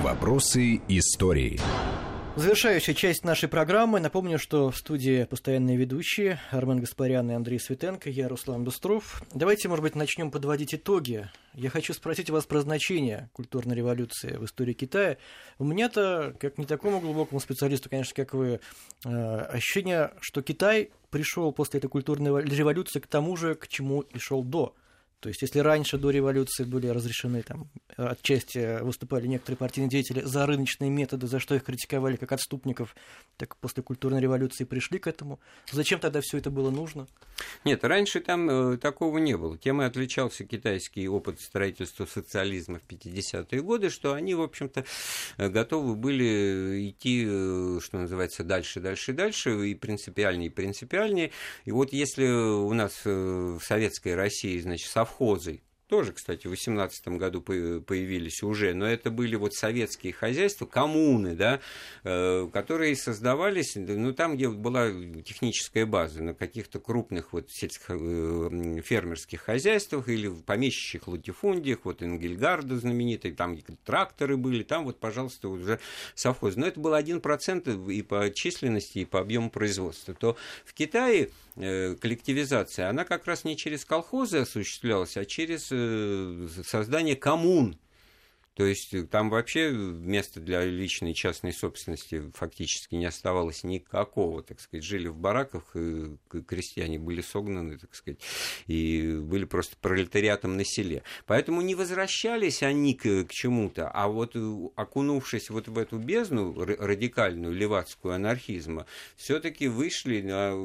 Вопросы истории. Завершающая часть нашей программы. Напомню, что в студии постоянные ведущие Армен Гаспарян и Андрей Светенко, я Руслан Быстров. Давайте, может быть, начнем подводить итоги. Я хочу спросить у вас про значение культурной революции в истории Китая. У меня-то, как не такому глубокому специалисту, конечно, как вы, ощущение, что Китай пришел после этой культурной революции к тому же, к чему и шел до. То есть, если раньше, до революции, были разрешены, там, отчасти выступали некоторые партийные деятели за рыночные методы, за что их критиковали как отступников, так после культурной революции пришли к этому. Зачем тогда все это было нужно? Нет, раньше там такого не было. Тем и отличался китайский опыт строительства социализма в 50-е годы, что они, в общем-то, готовы были идти, что называется, дальше, и принципиальнее. И вот если у нас в советской России, значит, совхозы, тоже, кстати, в 18 году появились уже, но это были вот советские хозяйства, коммуны, да, которые создавались, ну, там, где была техническая база, на каких-то крупных вот фермерских хозяйствах или в помещичьих латифундиях, вот Энгельгарда знаменитый, там тракторы были, там вот, пожалуйста, уже совхозы. Но это был 1% и по численности, и по объему производства. То в Китае коллективизация, она как раз не через колхозы осуществлялась, а через создание коммун. То есть там вообще места для личной и частной собственности фактически не оставалось никакого, так сказать. Жили в бараках, и крестьяне были согнаны, так сказать, и были просто пролетариатом на селе. Поэтому не возвращались они к чему-то, а вот окунувшись вот в эту бездну радикальную левацкую анархизма, все-таки вышли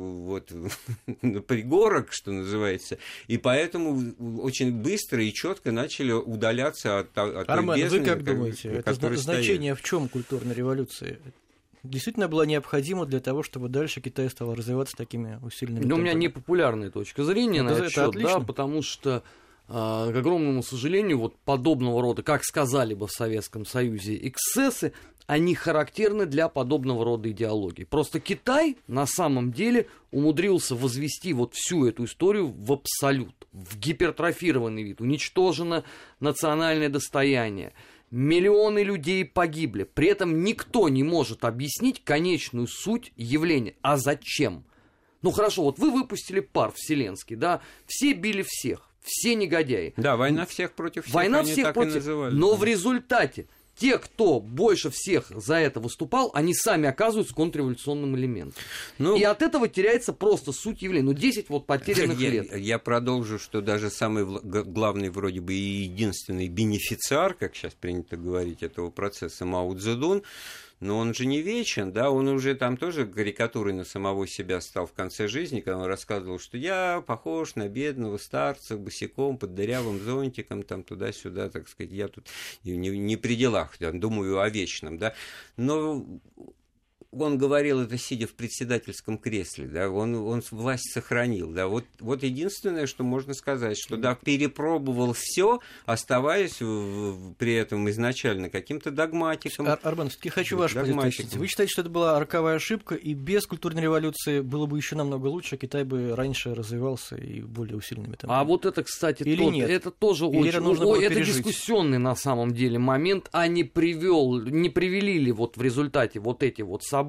на пригорок, что называется, и поэтому очень быстро и четко начали удаляться от той. Вы как думаете, это значение в чем культурной революции? Действительно была необходима для того, чтобы дальше Китай стал развиваться такими усиленными темпами? У меня непопулярная точка зрения на этот счет, да, потому что, к огромному сожалению, вот подобного рода, как сказали бы в Советском Союзе, эксцессы, они характерны для подобного рода идеологий. Просто Китай на самом деле умудрился возвести вот всю эту историю в абсолют, в гипертрофированный вид. Уничтожено национальное достояние. Миллионы людей погибли. При этом никто не может объяснить конечную суть явления. А зачем? Ну хорошо, вот вы выпустили пар вселенский, да, все били всех, все негодяи. Да, война всех против всех, война они всех так против... и называли. Но в результате те, кто больше всех за это выступал, они сами оказываются контрреволюционным элементом. И от этого теряется просто суть явления. 10 вот потерянных лет. Я продолжу, что даже самый главный, вроде бы, и единственный бенефициар, как сейчас принято говорить, этого процесса, Мао Цзэдун, но он же не вечен, да, он уже там тоже карикатурой на самого себя стал в конце жизни, когда он рассказывал, что я похож на бедного старца босиком под дырявым зонтиком, там туда-сюда, так сказать, я тут не при делах, я думаю о вечном, да, но он говорил это, сидя в председательском кресле, да, он власть сохранил, да, вот единственное, что можно сказать, что, да, перепробовал все, оставаясь при этом изначально каким-то догматиком. Армен, все-таки хочу ваш позицию. Вы считаете, что это была роковая ошибка, и без культурной революции было бы еще намного лучше, Китай бы раньше развивался и более усиленными темпами? А вот это, кстати, нет? Это тоже это дискуссионный на самом деле момент, а не привели ли вот в результате вот эти вот события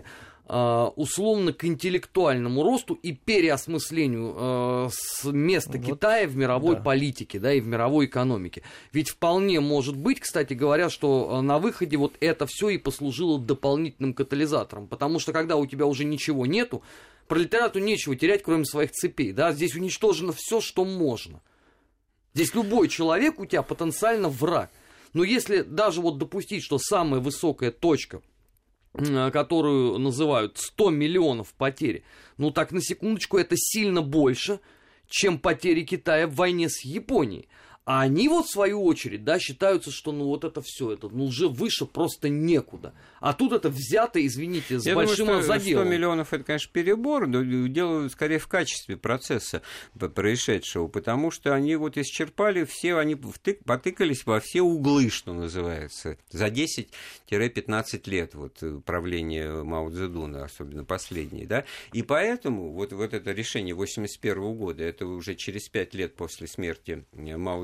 условно к интеллектуальному росту и переосмыслению места Китая в мировой политике, да, и в мировой экономике. Ведь вполне может быть, кстати говоря, что на выходе вот это все и послужило дополнительным катализатором, потому что когда у тебя уже ничего нету, пролетариату нечего терять, кроме своих цепей, да, здесь уничтожено все, что можно. Здесь любой человек у тебя потенциально враг. Но если даже вот допустить, что самая высокая точка, которую называют 100 миллионов потерь, ну так на секундочку это сильно больше, чем потери Китая в войне с Японией. А они вот в свою очередь, да, считаются, что ну вот это все, это ну уже выше просто некуда. А тут это взято, извините, с большим заделом. 100 миллионов это, конечно, перебор, но дело скорее в качестве процесса происшедшего, потому что они вот исчерпали все, они потыкались во все углы, что называется, за 10-15 лет вот правления Мао Цзэдуна, особенно последнее, да, и поэтому вот это решение 1981 года, это уже через 5 лет после смерти Мао Цзэдуна,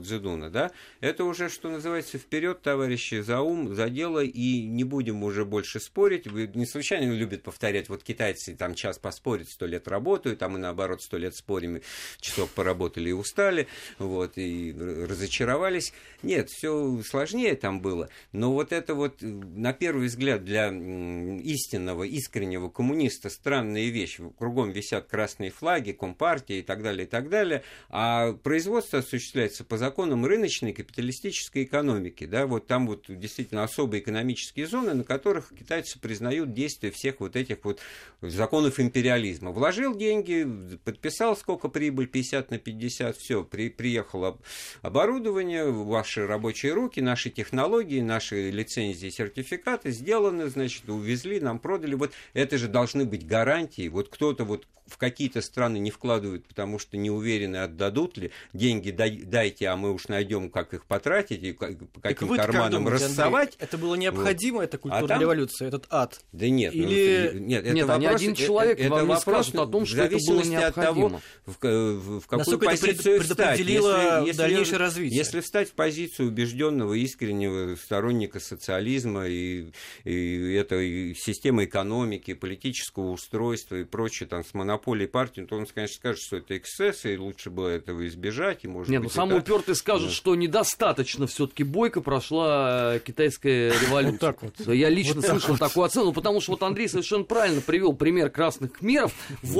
Цзэдуна, да, это уже, что называется, вперед, товарищи, за ум, за дело, и не будем уже больше спорить. Вы не случайно любят повторять, вот китайцы там час поспорить, 100 лет работают, а мы наоборот 100 лет спорим, и часок поработали и устали, вот, и разочаровались. Нет, все сложнее там было, но вот это вот, на первый взгляд, для истинного, искреннего коммуниста странная вещь. Кругом висят красные флаги, компартии и так далее, а производство осуществляется по законам рыночной капиталистической экономики, да, вот там вот действительно особые экономические зоны, на которых китайцы признают действие всех вот этих вот законов империализма. Вложил деньги, подписал, сколько прибыль, 50/50, все, приехало оборудование, ваши рабочие руки, наши технологии, наши лицензии, сертификаты сделаны, значит, увезли, нам продали. Вот это же должны быть гарантии. Вот кто-то вот в какие-то страны не вкладывает, потому что не уверены, отдадут ли. Деньги дайте, а мы уж найдем, как их потратить и по каким карманам рассовать. Это было необходимо, эта культурная революция, этот ад? Да нет. Или... Нет, это вопрос, ни один человек это вам не скажет о том, что это было необходимо. От того, в какую насколько позицию встать. Если дальнейшее развитие. Если встать в позицию убежденного, искреннего сторонника социализма и этой системы экономики, политического устройства и прочее, там, с монополией партии, то он, конечно, скажет, что это эксцесс, и лучше бы этого избежать. И, может быть, самый упертый скажет, что недостаточно все-таки бойко прошла китайская революция. Вот так вот. Да, я лично слышал такую оценку, потому что вот Андрей совершенно правильно привел пример красных кхмеров.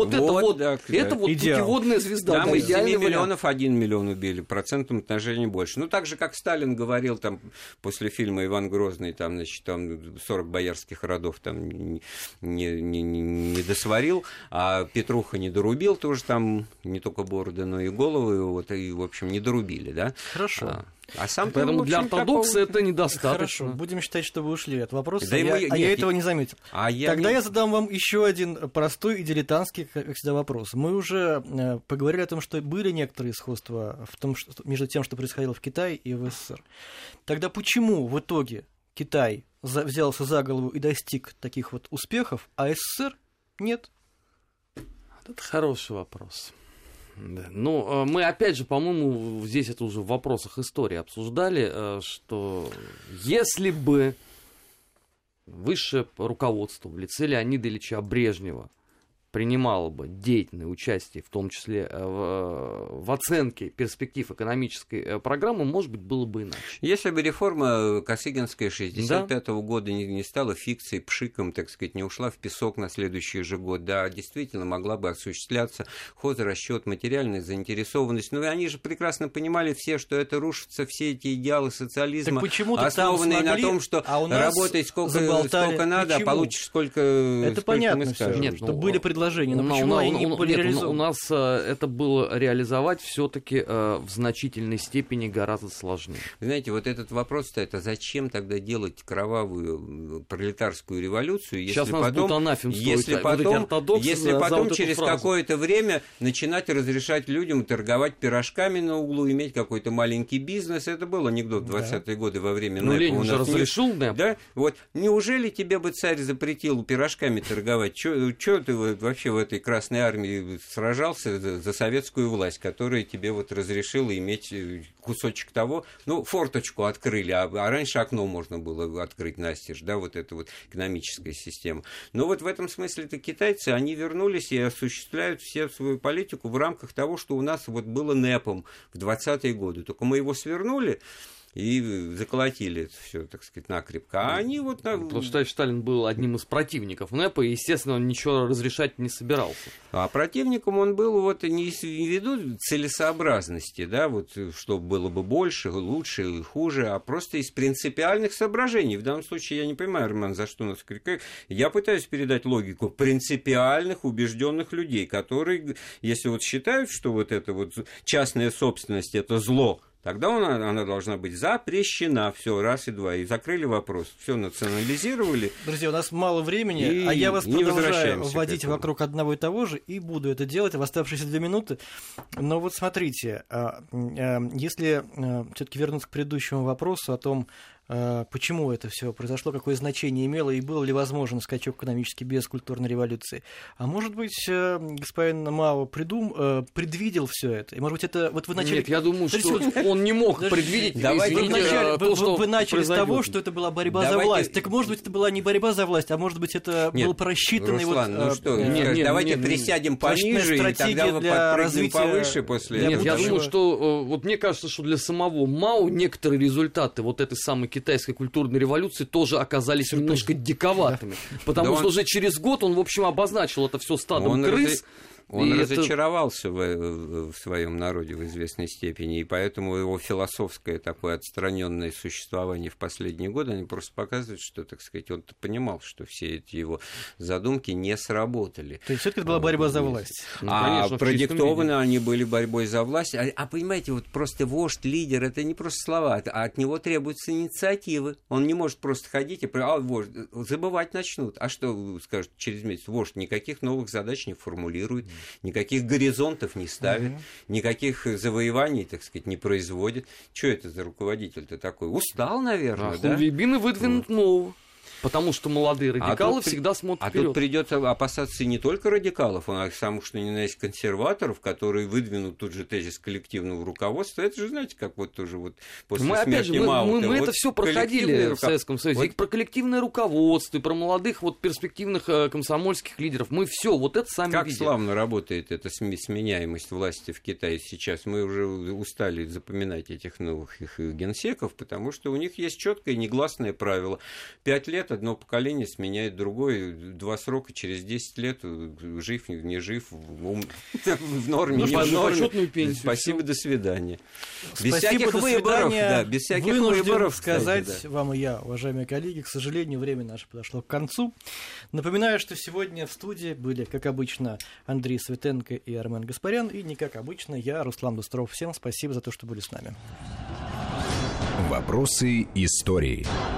Это путеводная звезда. Там из 7 миллионов 1 миллион убили, в процентном отношении больше. Ну, так же, как Сталин говорил там после фильма «Иван Грозный», там, значит, там 40 боярских родов там не досварил, а Петруха не дорубил тоже там не только бороды, но и головы, вот, и, в общем, не дорубили, да? Хорошо. Поэтому для ортодокса это недостаточно. Хорошо, будем считать, что вы ушли от вопроса, я этого не заметил. Тогда я задам вам еще один простой и дилетантский, как всегда, вопрос. Мы уже поговорили о том, что были некоторые сходства между тем, что происходило в Китае и в СССР. Тогда почему в итоге Китай взялся за голову и достиг таких вот успехов, а СССР нет? Это хороший вопрос. Да. Ну, мы опять же, по-моему, здесь это уже в вопросах истории обсуждали, что если бы высшее руководство в лице Леонида Ильича Брежнева принимало бы деятельное участие, в том числе в оценке перспектив экономической программы, может быть, было бы иначе. Если бы реформа Косыгинская 1965 года не стала фикцией, пшиком, так сказать, не ушла в песок на следующий же год, да, действительно могла бы осуществляться хозрасчет, материальная заинтересованность. Но они же прекрасно понимали все, что это рушатся все эти идеалы социализма, основанные на том, что работай сколько надо, а получишь сколько это понятно все. Нет, что были предложения, но почему они не были реализованы? У нас это было реализовать все-таки в значительной степени гораздо сложнее. Знаете, вот этот вопрос-то, это зачем тогда делать кровавую пролетарскую революцию, если сейчас потом, если потом через какое-то время начинать разрешать людям торговать пирожками на углу, иметь какой-то маленький бизнес. Это был анекдот в 20-е годы во время НЭПа. Ленин же разрешил НЭП. Да? Вот. Неужели тебе бы царь запретил пирожками торговать? Чё ты вообще в этой Красной Армии сражался за советскую власть, которая тебе вот разрешила иметь кусочек того, ну, форточку открыли, а раньше окно можно было открыть настежь, да, вот эта вот экономическая система. Но вот в этом смысле-то китайцы, они вернулись и осуществляют все свою политику в рамках того, что у нас вот было НЭПом в 20-е годы. Только мы его свернули и заколотили это все, так сказать, накрепко. А они вот... Потому что Сталин был одним из противников НЭПа, и, естественно, он ничего разрешать не собирался. А противником он был вот не ввиду целесообразности, да, вот что было бы больше, лучше, хуже, а просто из принципиальных соображений. В данном случае я не понимаю, Роман, за что нас крикают. Я пытаюсь передать логику принципиальных, убежденных людей, которые, если вот считают, что вот эта вот частная собственность – это зло, тогда она должна быть запрещена. Все, раз и два. И закрыли вопрос. Все национализировали. Друзья, у нас мало времени, а я вас продолжаю вводить вокруг одного и того же, и буду это делать в оставшиеся 2 минуты. Но вот смотрите, если все-таки вернуться к предыдущему вопросу о том, почему это все произошло, какое значение имело, и был ли возможен скачок экономический без культурной революции. А может быть, господин Мао предвидел все это? И, может быть, это... Вот вы начали... Нет, я думаю, что он не мог предвидеть. Вы начали с того, что это была борьба за власть. Так, может быть, это была не борьба за власть, а может быть, это был просчитанный... Руслан, ну что, давайте присядем пониже, и тогда мы подпрыгнем повыше после этого. Нет, я думаю, что... Вот мне кажется, что для самого Мао некоторые результаты вот этой самой китайской культурной революции тоже оказались немножко диковатыми. Потому что уже через год он, в общем, обозначил это все стадом крыс. Он разочаровался в своем народе в известной степени, и поэтому его философское такое отстраненное существование в последние годы, они просто показывают, что, так сказать, он понимал, что все эти его задумки не сработали. То есть все-таки была борьба за власть. Конечно, продиктованы они были борьбой за власть. А понимаете, вот просто вождь, лидер, это не просто слова, а от него требуются инициативы. Он не может просто ходить и вождь, забывать начнут. А что скажут через месяц? Вождь никаких новых задач не формулирует, никаких горизонтов не ставит, никаких завоеваний, так сказать, не производит. Что это за руководитель-то такой? Устал, наверное, да? Хунвейбин выдвинут нового. Потому что молодые радикалы всегда смотрят вперед. А тут придется опасаться не только радикалов, а самых что ни на есть консерваторов, которые выдвинут тут же тезис коллективного руководства. Это же, знаете, как вот тоже вот после смерти Мао. Мы это все проходили в Советском Союзе. И про коллективное руководство, и про молодых вот перспективных комсомольских лидеров. Мы все вот это сами видели. Как славно работает эта сменяемость власти в Китае сейчас. Мы уже устали запоминать этих новых их генсеков, потому что у них есть четкое негласное правило. 5 лет одно поколение сменяет другое, 2 срока, через 10 лет жив, не жив, в норме, не в норме. Спасибо, до свидания. Без всяких выборов, да, без всяких выборов. Сказать вам и я, уважаемые коллеги, к сожалению, время наше подошло к концу. Напоминаю, что сегодня в студии были, как обычно, Андрей Светенко и Армен Гаспарян, и не как обычно, я, Руслан Быстров. Всем спасибо за то, что были с нами. Вопросы истории.